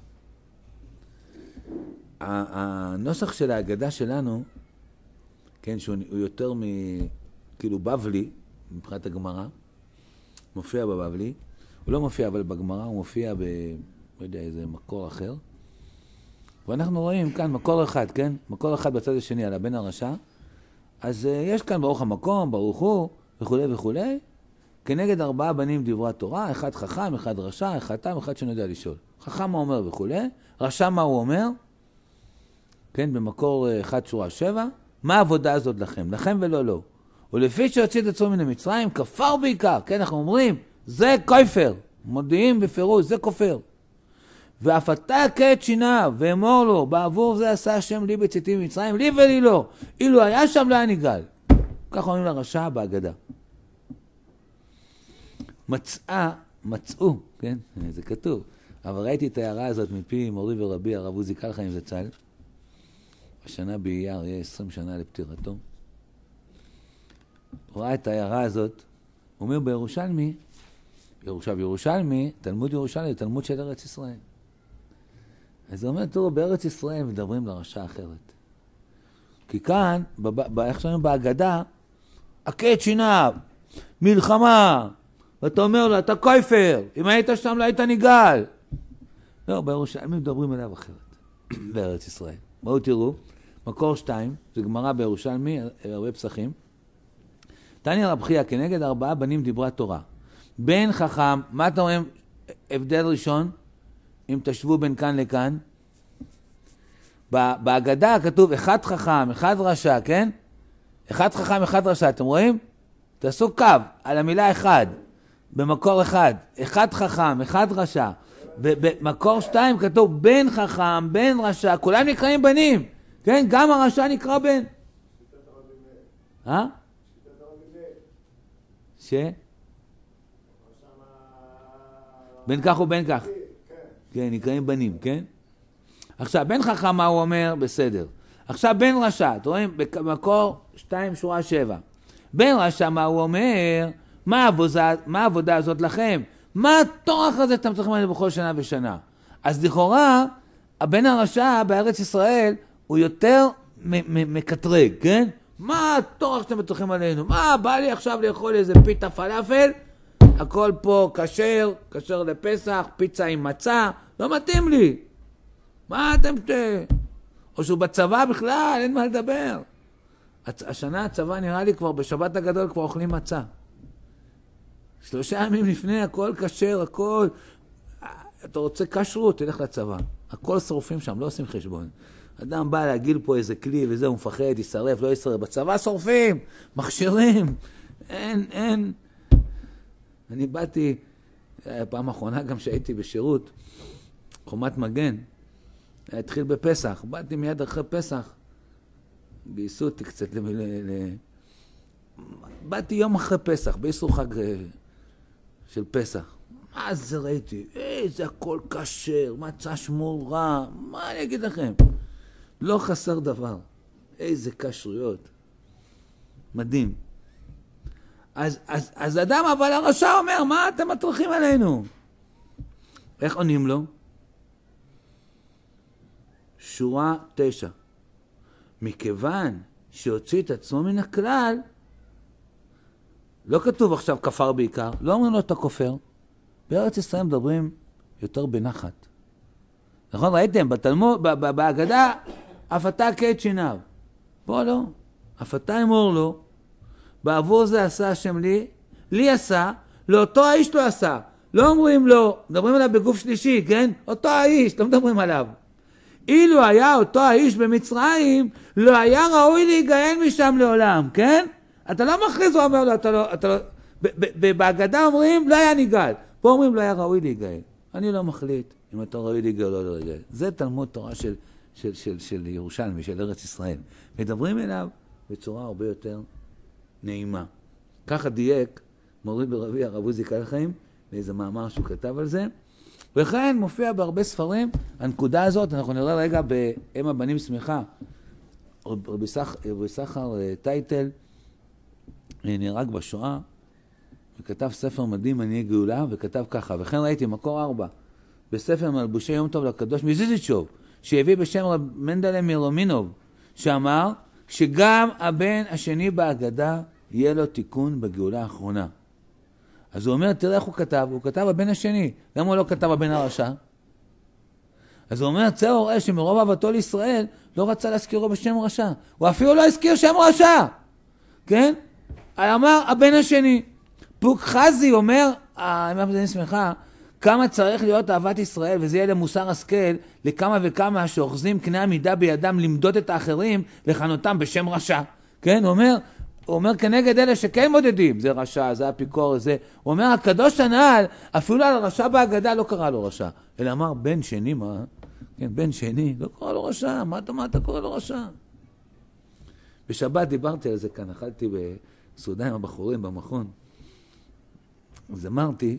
הנוסח של ההגדה שלנו, כן, שהוא יותר מ... כאילו בבלי, מבחינת הגמרא, מופיע בבבלי. הוא לא מופיע אבל בגמרא, הוא מופיע ב... לא יודע, איזה מקור אחר. ואנחנו רואים כאן מקור אחד, כן? מקור אחד בצד השני על הבן הרשע. אז uh, יש כאן ברוך המקום, ברוך הוא, וכו' וכו'. כנגד ארבעה בנים דברי תורה, אחד חכם, אחד רשע, אחד תם, אחד שאני יודע לשאול. חכם מה אומר וכו'. רשע מה הוא אומר? כן, במקור אחד שורה שבע. מה העבודה הזאת לכם? לכם ולא לא. ולפי שהוציא את עצמו מן המצרים, כפר בעיקר. כן, אנחנו אומרים, זה כופר. מודיעים בפירוש, זה כופר. ואף אתה כעת שיניו, ואמור לו, בעבור זה עשה השם לי בצאתי ממצרים, לי ולי לא. אילו היה שם לא היה נגאל. כך אומרים לרשע בהגדה. מצאה, מצאו, כן, זה כתוב. אבל ראיתי את ההערה הזאת מפי מורי ורבי, הרב עוזי קלחיים זצ"ל. השנה באייר יהיה עשרים שנה לפטירתו. הוא ראה את ההערה הזאת, הוא אומר בירושלמי, ירושל, ירושלמי, תלמוד ירושלמי, תלמוד של ארץ ישראל. אז הוא אומר, תראו, בארץ ישראל מדברים לרשע אחרת. כי כאן, איך שאומרים בהגדה, הכת שיניו, מלחמה, ואתה אומר לו, אתה כופר, אם היית שם לא היית נגאל. לא, בירושלמי מדברים אליו אחרת, בארץ ישראל. בואו תראו, מקור שתיים, זה גמרא בירושלמי, הרבה פסחים. תני רב חייא, כנגד ארבעה בנים דיברה תורה. בן חכם, מה אתה רואים? הבדל ראשון, אם תשבו בין כאן לכאן. בהגדה כתוב אחד חכם, אחד רשע, כן? אחד חכם, אחד רשע, אתם רואים? תעשו קו על המילה אחד, במקור אחד. אחד חכם, אחד רשע. במקור שתיים כתוב בן חכם, בן רשע, כולם נקראים בנים. כן? גם הרשע נקרא בן. אה? ש... בן כך ובן כך. כן, נקראים בנים, כן? עכשיו, בן חכם מה הוא אומר? בסדר. עכשיו, בן רשע, אתם רואים? במקור שתיים שורה שבע. בן רשע מה הוא אומר? מה העבודה, מה העבודה הזאת לכם? מה התורח הזה שאתם צריכים עליו בכל שנה ושנה? אז לכאורה, הבן הרשע בארץ ישראל הוא יותר מקטרג, כן? מה התורח שאתם צריכים עלינו? מה, בא לי עכשיו לאכול איזה פיתה פלאפל? הכל פה כשר, כשר לפסח, פיצה עם מצה, לא מתאים לי. מה אתם... או שהוא בצבא בכלל, אין מה לדבר. השנה הצבא נראה לי כבר, בשבת הגדול כבר אוכלים מצה. שלושה ימים לפני, הכל כשר, הכל... אתה רוצה כשרות, תלך לצבא. הכל שורפים שם, לא עושים חשבון. אדם בא להגיל פה איזה כלי וזה, הוא מפחד, ישרף, לא ישרף. בצבא שורפים, מכשירים. אין, אין... אני באתי, פעם האחרונה גם שהייתי בשירות, חומת מגן, התחיל בפסח, באתי מיד אחרי פסח, גייסו אותי קצת, ל... ל... באתי יום אחרי פסח, בייסור חג של פסח. מה זה ראיתי? איזה הכל כשר, מצה שמורה, מה אני אגיד לכם? לא חסר דבר, איזה כשרויות, מדהים. אז, אז, אז אדם, אבל הרשע אומר, מה אתם מטרחים עלינו? איך עונים לו? שורה תשע. מכיוון שהוציא את עצמו מן הכלל, לא כתוב עכשיו כפר בעיקר, לא אומרים לו אתה כופר. בארץ ישראל מדברים יותר בנחת. נכון, ראיתם, בתלמוד, בהגדה, אף אתה כעת שיניו. פה לא, אף אתה אמור לו, בעבור זה עשה השם לי, לי עשה, לאותו האיש לא עשה. לא אומרים לו, מדברים עליו בגוף שלישי, כן? אותו האיש, לא מדברים עליו. אילו היה אותו האיש במצרים, לא היה ראוי להיגאל משם לעולם, כן? אתה לא מכריז, הוא אומר לו, אתה לא, אתה לא... בהגדה אומרים, לא היה ניגאל. פה אומרים, לא היה ראוי להיגאל. אני לא מחליט אם אתה ראוי להיגאל או לא להיגאל. זה תלמוד תורה של, של, של, של ירושלמי, של ארץ ישראל. מדברים אליו בצורה הרבה יותר נעימה. ככה דייק מורי ברבי הרב עוזי קלחיים, באיזה מאמר שהוא כתב על זה. וכן מופיע בהרבה ספרים, הנקודה הזאת, אנחנו נראה רגע באם הבנים שמחה, רבי סחר טייטל נהרג בשואה, וכתב ספר מדהים מנהיג גאולה, וכתב ככה, וכן ראיתי מקור ארבע, בספר מלבושי יום טוב לקדוש מזיזיצ'וב, שהביא בשם רב מנדלה מירומינוב, שאמר שגם הבן השני בהגדה יהיה לו תיקון בגאולה האחרונה. אז הוא אומר, תראה איך הוא כתב, הוא כתב הבן השני, למה הוא לא כתב הבן הרשע? אז הוא אומר, צא וראה שמרוב אהבתו לישראל לא רצה להזכירו בשם רשע, הוא אפילו לא הזכיר שם רשע, כן? אמר הבן השני. פוק חזי אומר, האמא בזני שמחה, כמה צריך להיות אהבת ישראל, וזה יהיה למוסר השכל, לכמה וכמה שאוחזים קנה המידה בידם למדוד את האחרים, לכנותם בשם רשע. כן? הוא אומר, הוא אומר כנגד אלה שכן מודדים, זה רשע, זה אפיקור, זה. הוא אומר, הקדוש הנעל, אפילו על רשע בהגדה לא קרא לו רשע, אלא אמר, בן שני, מה? כן, בן שני, לא קרא לו רשע, מה אתה, מה אתה קורא לו רשע? בשבת דיברתי על זה כאן, אכלתי בסעודה עם הבחורים במכון, אז אמרתי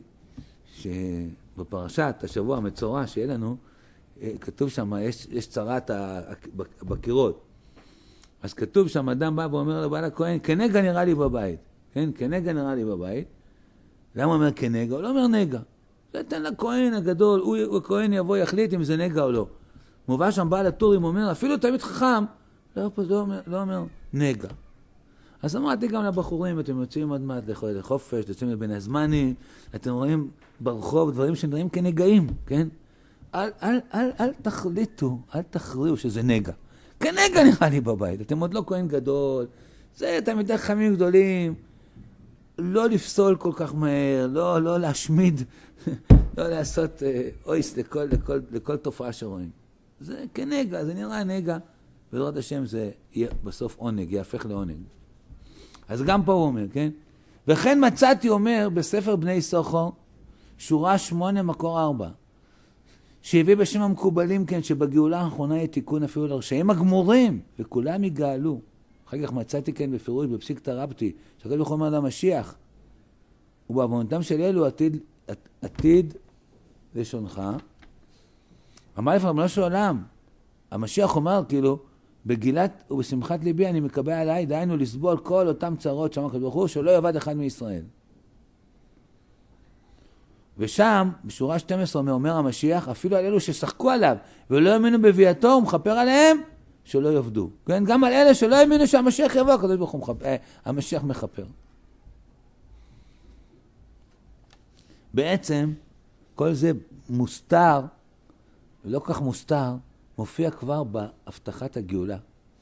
שבפרשת השבוע המצורע שיהיה לנו, כתוב שם, יש, יש צרת בקירות. אז כתוב שם, אדם בא ואומר לבעל הכהן, כנגע נראה לי בבית. כן, כנגע נראה לי בבית. למה אומר כנגע? הוא לא אומר נגע. זה תן לכהן הגדול, הוא הכהן יבוא יחליט אם זה נגע או לא. מובא שם בעל הטורים אומר, אפילו תמיד חכם, לא, לא, אומר, לא אומר נגע. אז אמרתי גם לבחורים, אתם יוצאים עוד מעט לחופש, יוצאים לבין הזמנים, אתם רואים ברחוב דברים שנראים כנגעים, כן? אל, אל, אל, אל תחליטו, אל תכריעו שזה נגע. כנגע נראה לי בבית, אתם עוד לא כהן גדול, זה תלמידי חכמים גדולים, לא לפסול כל כך מהר, לא, לא להשמיד, לא לעשות אויס לכל, לכל, לכל תופעה שרואים. זה כנגע, זה נראה נגע, בעזרת השם זה יהיה בסוף עונג, יהפך לעונג. אז גם פה הוא אומר, כן? וכן מצאתי אומר בספר בני סוחר, שורה שמונה מקור ארבע, שהביא בשם המקובלים, כן, שבגאולה האחרונה יהיה תיקון אפילו לרשעים הגמורים, וכולם יגאלו. אחר כך מצאתי כן בפירוש בפסיק תרבתי, שקל וחומר למשיח, ובעוונותם של אלו עתיד, עתיד לשונך. אמר לפעמים לא של עולם. המשיח אומר כאילו, בגילת ובשמחת ליבי אני מקבל עליי, דהיינו לסבול כל אותם צרות שם הקדוש ברוך הוא, שלא יאבד אחד מישראל. ושם, בשורה שתים עשרה, אומר המשיח, אפילו על אלו ששחקו עליו ולא האמינו בביאתו, הוא מכפר עליהם שלא יעבדו. כן? גם על אלה שלא האמינו שהמשיח יבוא, הקדוש ברוך הוא מכפר, המשיח מכפר. בעצם, כל זה מוסתר, ולא כך מוסתר, מופיע כבר בהבטחת הגאולה.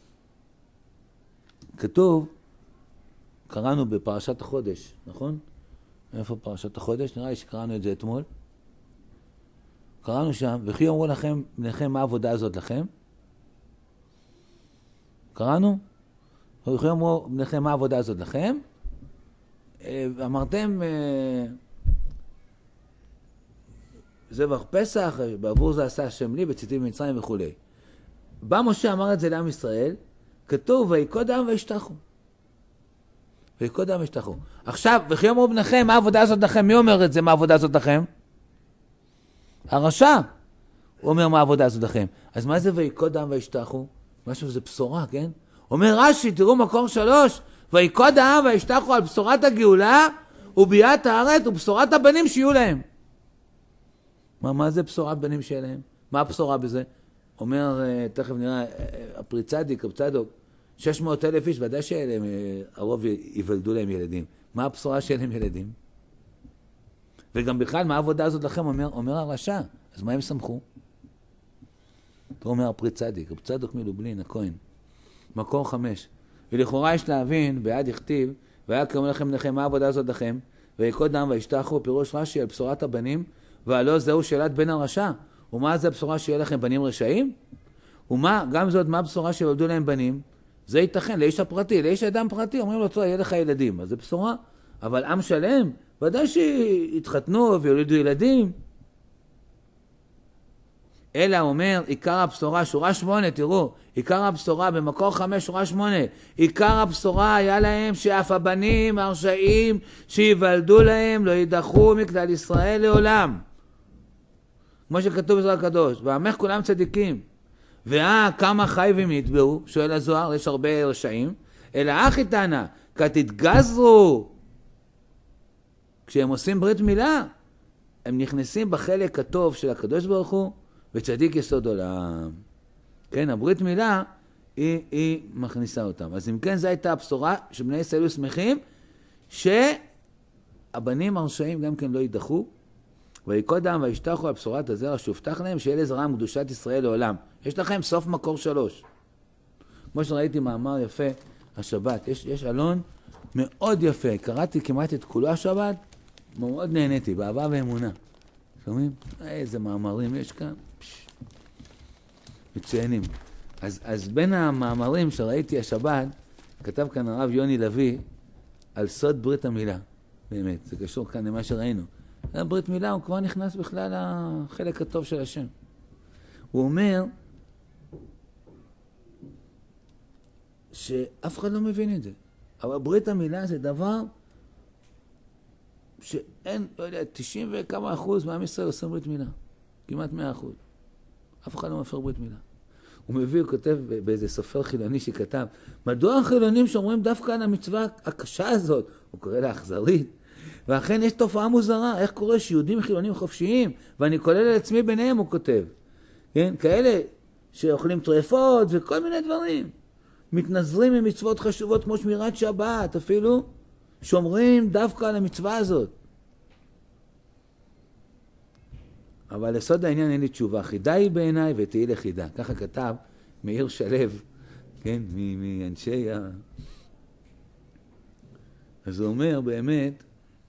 כתוב, קראנו בפרשת החודש, נכון? איפה פרשת החודש? נראה לי שקראנו את זה אתמול. קראנו שם, וכי אמרו לכם, בניכם, מה העבודה הזאת לכם? קראנו? וכי אמרו בניכם, מה העבודה הזאת לכם? אמרתם, זבח פסח, בעבור זה עשה השם לי, בצאתי ממצרים וכו'. בא משה אמר את זה לעם ישראל, כתוב, ויקוד העם וישתחו. ויקוד העם וישתחו. עכשיו, וכי אמרו בניכם, מה העבודה הזאת לכם? מי אומר את זה, מה העבודה הזאת לכם? הרשע. הוא אומר, מה העבודה הזאת לכם? אז מה זה ויקוד העם וישתחו? משהו זה בשורה, כן? אומר רש"י, תראו מקור שלוש, ויקוד העם וישתחו על בשורת הגאולה, וביאת הארץ ובשורת הבנים שיהיו להם. מה, מה זה בשורת בנים שיהיה להם? מה הבשורה בזה? אומר, תכף נראה, הפרי צדיק, הפרי צדוק, שש מאות אלף איש, ודאי שיהיה להם, הרוב יוולדו להם ילדים. מה הבשורה שיהיה להם ילדים? וגם בכלל, מה העבודה הזאת לכם? אומר, אומר הרשע. אז מה הם שמחו? הוא אומר, הפרי צדיק, הפרי צדוק מלובלין, הכהן. מקור חמש. ולכאורה יש להבין, בעד יכתיב, והיה כאומר לכם לכם, מה העבודה הזאת לכם? ויקוד העם וישתחו, פירוש רש"י על בשורת הבנים, והלא זהו שאלת בן הרשע. ומה זה הבשורה שיהיה לכם בנים רשעים? ומה, גם זאת, מה הבשורה שיולדו להם בנים? זה ייתכן, לאיש הפרטי, לאיש אדם פרטי, אומרים לו, יהיה לך ילדים, אז זה בשורה. אבל עם שלם, ודאי שיתחתנו ויולדו ילדים. אלא אומר, עיקר הבשורה, שורה שמונה, תראו, עיקר הבשורה במקור חמש, שורה שמונה, עיקר הבשורה היה להם שאף הבנים הרשעים שיוולדו להם לא יידחו מכלל ישראל לעולם. כמו שכתוב בזוהר הקדוש, ועמך כולם צדיקים. ואה, כמה חי ומתבעו, שואל הזוהר, יש הרבה רשעים, אלא אחי תנא, כתתגזרו. כשהם עושים ברית מילה, הם נכנסים בחלק הטוב של הקדוש ברוך הוא, וצדיק יסוד עולם. כן, הברית מילה, היא, היא מכניסה אותם. אז אם כן, זו הייתה הבשורה שבני ישראל היו שמחים, שהבנים הרשעים גם כן לא יידחו, ויקוד העם וישתחו על בשורת הזרע שהובטח להם, שיהיה לזרעם קדושת ישראל לעולם. יש לכם סוף מקור שלוש. כמו שראיתי מאמר יפה, השבת, יש, יש אלון מאוד יפה, קראתי כמעט את כולו השבת, מאוד נהניתי, באהבה ואמונה. שומעים? איזה מאמרים יש כאן. מצוינים. אז, אז בין המאמרים שראיתי השבת, כתב כאן הרב יוני לוי על סוד ברית המילה. באמת, זה קשור כאן למה שראינו. ברית מילה הוא כבר נכנס בכלל לחלק הטוב של השם. הוא אומר שאף אחד לא מבין את זה. אבל ברית המילה זה דבר שאין, לא יודע, תשעים וכמה אחוז מעם ישראל עושים ברית מילה. כמעט מאה אחוז. אף אחד לא מפר ברית מילה. הוא מביא, הוא כותב באיזה סופר חילוני שכתב, מדוע החילונים שאומרים דווקא על המצווה הקשה הזאת, הוא קורא לה אכזרית, ואכן יש תופעה מוזרה, איך קורה שיהודים חילונים חופשיים, ואני כולל על עצמי ביניהם, הוא כותב. כן? כאלה שאוכלים טרפות וכל מיני דברים. מתנזרים ממצוות חשובות כמו שמירת שבת, אפילו שומרים דווקא על המצווה הזאת. אבל לסוד העניין אין לי תשובה, חידה היא בעיניי ותהי לחידה. ככה כתב מאיר שלו, כן, מאנשי ה... אז הוא אומר באמת,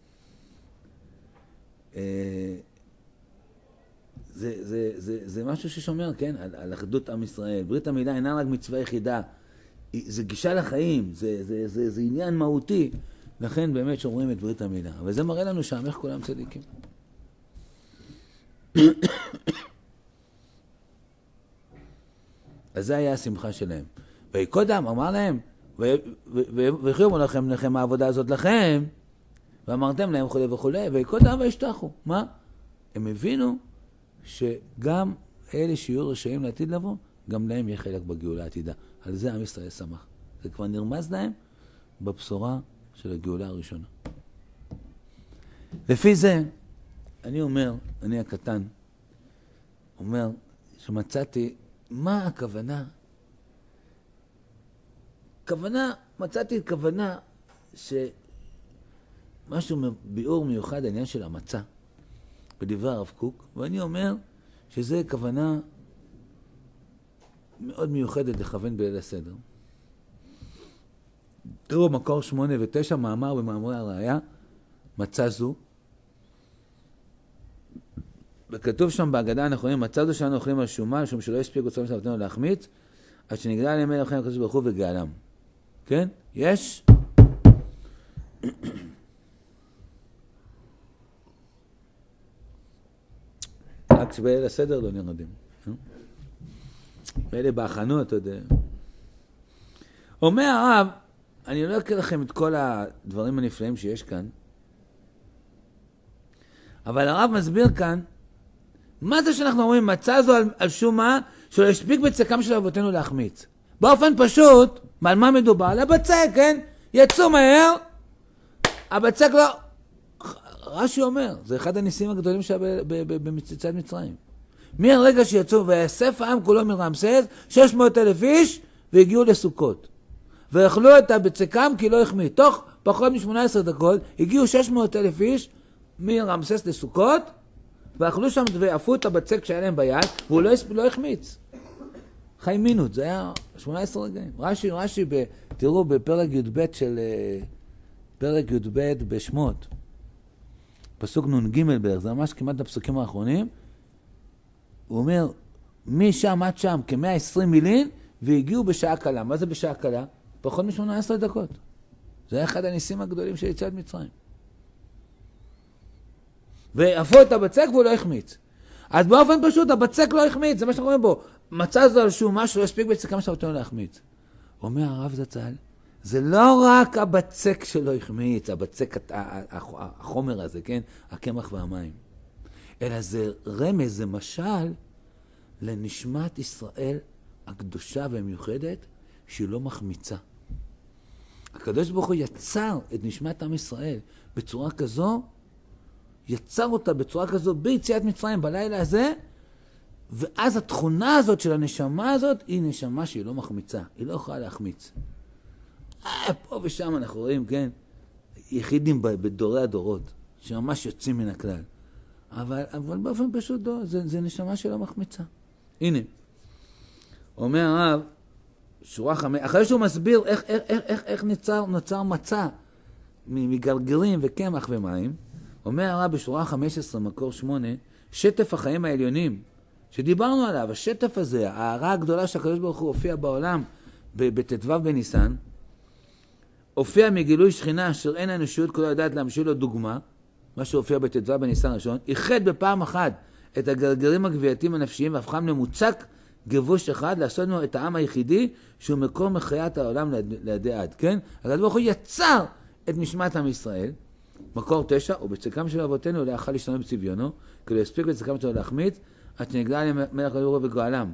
זה, זה, זה, זה משהו ששומר, כן, על, על אחדות עם ישראל. ברית המילה אינה רק מצווה יחידה, זה גישה לחיים, זה, זה, זה, זה עניין מהותי. לכן באמת שומרים את ברית המילה. אבל זה מראה לנו שעמך כולם צדיקים. אז זה היה השמחה שלהם. ויקודם אמר להם, וכי אמרו לכם, לכם העבודה הזאת לכם, ואמרתם להם וכו' וכו', וכל דבר וישתחו. מה? הם הבינו שגם אלה שיהיו רשאים לעתיד לבוא, גם להם יהיה חלק בגאולה העתידה. על זה עם ישראל שמח. זה כבר נרמז להם בבשורה של הגאולה הראשונה. לפי זה, אני אומר, אני הקטן, אומר שמצאתי, מה הכוונה? כוונה, מצאתי כוונה שמשהו ביאור מיוחד, העניין של המצה, בדברי הרב קוק, ואני אומר שזה כוונה מאוד מיוחדת לכוון בליל הסדר. תראו, מקור שמונה ותשע, מאמר במאמרי הראיה, מצה זו. וכתוב שם בהגדה הנכונים, מצה זו שאנו אוכלים על שומה, משום שלא הספיק אותם שבתנו להחמיץ, עד שנגדל עליהם אלה אוכלים הקדוש ברוך הוא וגאלם. כן? יש? רק שבליל הסדר לא נרדים. ואלה בהכנות, אתה יודע. אומר הרב, אני לא אקריא לכם את כל הדברים הנפלאים שיש כאן, אבל הרב מסביר כאן, מה זה שאנחנו אומרים, מצא זו על, על שומה, שלא הספיק בצקם של אבותינו להחמיץ. באופן פשוט, על מה מדובר? על הבצק, כן? יצאו מהר, הבצק לא... רש"י אומר, זה אחד הניסים הגדולים שהיה במצד מצרים. מהרגע שיצאו, ויאסף העם כולו מרמסס, שש מאות אלף איש, והגיעו לסוכות. ואכלו את הבצקם כי לא החמיץ. תוך פחות מ-שמונה עשרה דקות, הגיעו שש מאות אלף איש מרמסס לסוכות, ואכלו שם ועפו את הבצק שהיה להם ביד, והוא לא, לא החמיץ. חי מינות, זה היה שמונה עשרה רגעים. רש"י, רש"י, ב, תראו בפרק י"ב של, פרק י"ב בשמות, פסוק נ"ג בערך, זה ממש כמעט הפסוקים האחרונים, הוא אומר, משם עד שם כ-מאה ועשרים מילין, והגיעו בשעה קלה. מה זה בשעה קלה? פחות מ-שמונה עשרה דקות. זה היה אחד הניסים הגדולים של יציאת מצרים. ועפו את הבצק והוא לא החמיץ. אז באופן פשוט, הבצק לא החמיץ, זה מה שאנחנו רואים בו. מצא זו על שהוא משהו, לא הספיק בצקם שאותנו להחמיץ. אומר הרב זצ"ל, זה לא רק הבצק שלא החמיץ, הבצק, החומר הזה, כן? הקמח והמים. אלא זה רמז, זה משל לנשמת ישראל הקדושה והמיוחדת שהיא לא מחמיצה. הקדוש ברוך הוא יצר את נשמת עם ישראל בצורה כזו, יצר אותה בצורה כזו ביציאת מצרים בלילה הזה, ואז התכונה הזאת של הנשמה הזאת היא נשמה שהיא לא מחמיצה, היא לא יכולה להחמיץ. אה, פה ושם אנחנו רואים, כן, יחידים בדורי הדורות, שממש יוצאים מן הכלל. אבל, אבל באופן פשוט לא, זה, זה נשמה שלא מחמיצה. הנה, אומר הרב, שורה חמש, אחרי שהוא מסביר איך, איך, איך, איך, איך נוצר, נוצר מצה מגרגרים וקמח ומים, אומר הרב בשורה חמש עשרה, מקור שמונה, שטף החיים העליונים, שדיברנו עליו, השטף הזה, ההערה הגדולה שהקדוש ברוך הוא הופיע בעולם בט"ו בניסן, הופיע מגילוי שכינה אשר אין האנושיות כולה יודעת להמשיל לו דוגמה, מה שהופיע בט"ו בניסן ראשון, איחד בפעם אחת את הגרגרים הגבייתיים הנפשיים והפכם למוצק גבוש אחד, לעשות לנו את העם היחידי שהוא מקור מחיית העולם לידי עד, כן? הקדוש ברוך הוא יצר את נשמת עם ישראל, מקור תשע, ובצקם של אבותינו לא יכל להשתנות בצביונו, כי לא הספיק בצקם שלו להחמיץ, עד שנגלה עליהם מלך הקדוש ברוך הוא וגואלם.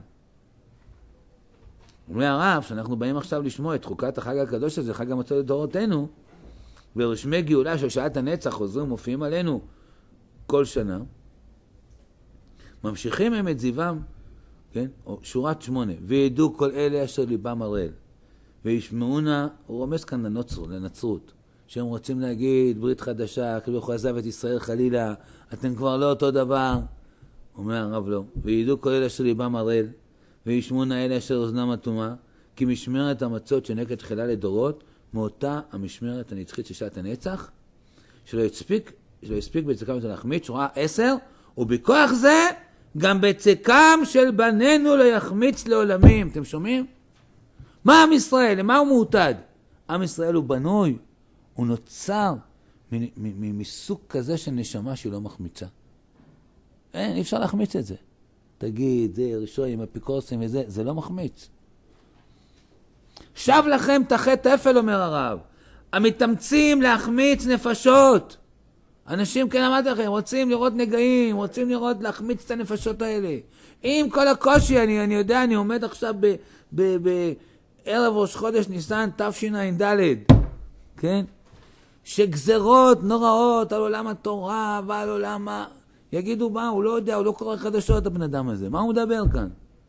אומר הרב, שאנחנו באים עכשיו לשמוע את חוקת החג הקדוש הזה, חג המצות לדורותינו, ורשמי גאולה של שעת הנצח חוזרים ומופיעים עלינו כל שנה, ממשיכים הם את זיוום, כן? שורת שמונה, וידעו כל אלה אשר ליבם הראל, וישמעונה, הוא רומז כאן לנוצרות, לנצרות, שהם רוצים להגיד ברית חדשה, כאילו הוא עזב את ישראל חלילה, אתם כבר לא אותו דבר. אומר הרב לא, וידעו כל אלה אשר ליבם הראל, וישמעונה אלה אשר אוזנם אטומה, כי משמרת המצות שנקראת תחילה לדורות, מאותה המשמרת הנצחית של שעת הנצח, שלא יספיק, שלא יספיק בצקם של להחמיץ, שורה עשר, ובכוח זה גם בצקם של בנינו לא יחמיץ לעולמים. אתם שומעים? מה עם ישראל? למה הוא מעוטד? עם ישראל הוא בנוי, הוא נוצר מסוג כזה של נשמה שהיא לא מחמיצה. אין, אי אפשר להחמיץ את זה. תגיד, זה ראשונים, אפיקורסים וזה, זה לא מחמיץ. שב לכם תחת תפל, אומר הרב. המתאמצים להחמיץ נפשות. אנשים, כן אמרתי לכם, רוצים לראות נגעים, רוצים לראות להחמיץ את הנפשות האלה. עם כל הקושי, אני, אני יודע, אני עומד עכשיו בערב ראש חודש ניסן תשע"ד, כן? שגזרות נוראות על עולם התורה ועל עולם ה... יגידו מה, הוא לא יודע, הוא לא קורא חדשות הבן אדם הזה. מה הוא מדבר כאן?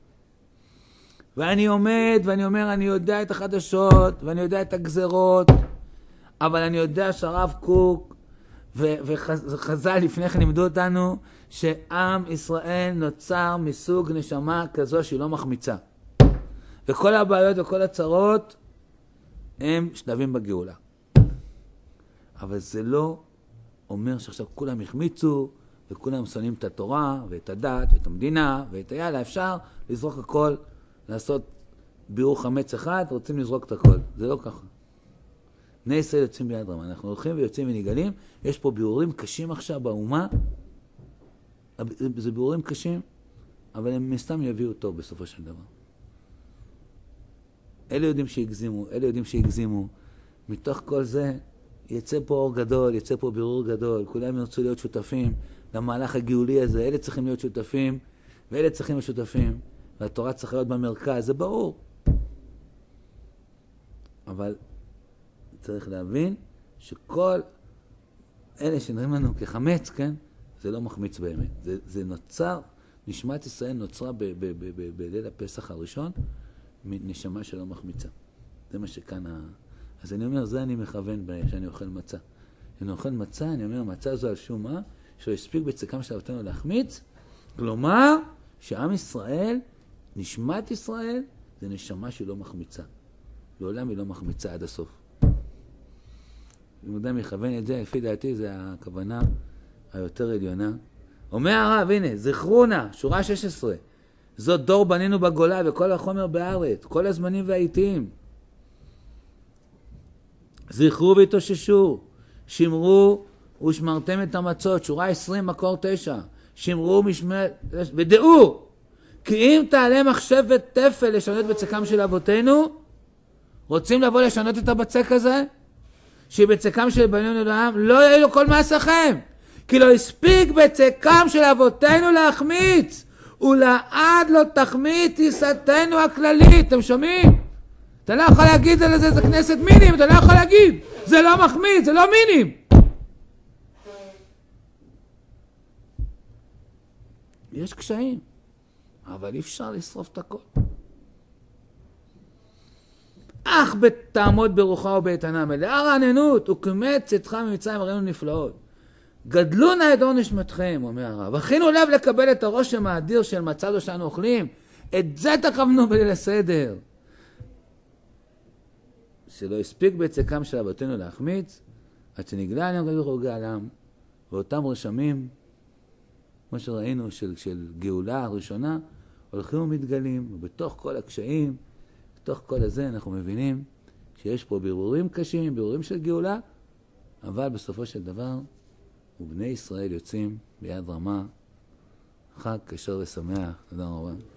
ואני עומד ואני אומר, אני יודע את החדשות ואני יודע את הגזרות, אבל אני יודע שהרב קוק וחז"ל לפני כן לימדו אותנו שעם ישראל נוצר מסוג נשמה כזו שהיא לא מחמיצה. וכל הבעיות וכל הצרות הם שלבים בגאולה. אבל זה לא אומר שעכשיו כולם החמיצו וכולם שונאים את התורה ואת הדת ואת המדינה ואת היאללה, אפשר לזרוק הכל, לעשות בירור חמץ אחד, רוצים לזרוק את הכל. זה לא ככה. בני ישראל יוצאים ביד רמה. אנחנו הולכים ויוצאים ונגלים. יש פה בירורים קשים עכשיו באומה. זה בירורים קשים, אבל הם מסתם יביאו טוב בסופו של דבר. אלה יודעים שהגזימו, אלה יודעים שהגזימו. מתוך כל זה יצא פה אור גדול, יצא פה בירור גדול. כולם ירצו להיות שותפים למהלך הגאולי הזה. אלה צריכים להיות שותפים, ואלה צריכים להיות שותפים. והתורה צריכה להיות במרכז, זה ברור. אבל צריך להבין שכל אלה שנראים לנו כחמץ, כן? זה לא מחמיץ באמת. זה, זה נוצר, נשמת ישראל נוצרה בליל הפסח הראשון, מנשמה שלא מחמיצה. זה מה שכאן ה... אז אני אומר, זה אני מכוון שאני אוכל מצה. אני אוכל מצה, אני אומר, מצה זו על שום מה? שלא הספיק בצקם של אבותינו להחמיץ, כלומר, שעם ישראל, נשמת ישראל, זה נשמה שהיא לא מחמיצה. לעולם היא לא מחמיצה עד הסוף. אם אדם יכוון את זה, לפי דעתי, זה הכוונה היותר עליונה. אומר הרב, הנה, זכרו נא, שורה שש עשרה, זאת דור בנינו בגולה וכל החומר בארץ, כל הזמנים והעיתים. זכרו והתאוששו, שמרו ושמרתם את המצות, שורה עשרים, מקור תשע, שמרו משמר, ודעו, כי אם תעלה מחשבת תפל לשנות בצקם של אבותינו, רוצים לבוא לשנות את הבצק הזה? שבצקם של בנינו לעם לא יהיה לו כל מעשיכם, כי לא הספיק בצקם של אבותינו להחמיץ, ולעד לא תחמיץ עיסתנו הכללית. אתם שומעים? אתה לא יכול להגיד על זה, זה כנסת מינים, אתה לא יכול להגיד, זה לא מחמיץ, זה לא מינים. יש קשיים, אבל אי אפשר לשרוף את הכל. אך בתעמוד ברוחה ובאיתנה מלאה רעננות וכמת צאתך ממצרים ראינו נפלאות. גדלו נא את אור נשמתכם, אומר הרב. הכינו לב לקבל את הרושם האדיר של מצה זו שאנו אוכלים. את זה תכוונו בליל הסדר. שלא הספיק בצקם של אבותינו להחמיץ, עד שנגלה עליהם גדול רוגע עליהם, ואותם רשמים, כמו שראינו, של, של גאולה הראשונה, הולכים ומתגלים, ובתוך כל הקשיים, בתוך כל הזה אנחנו מבינים שיש פה בירורים קשים, בירורים של גאולה, אבל בסופו של דבר, ובני ישראל יוצאים ביד רמה, חג כשר ושמח. תודה רבה.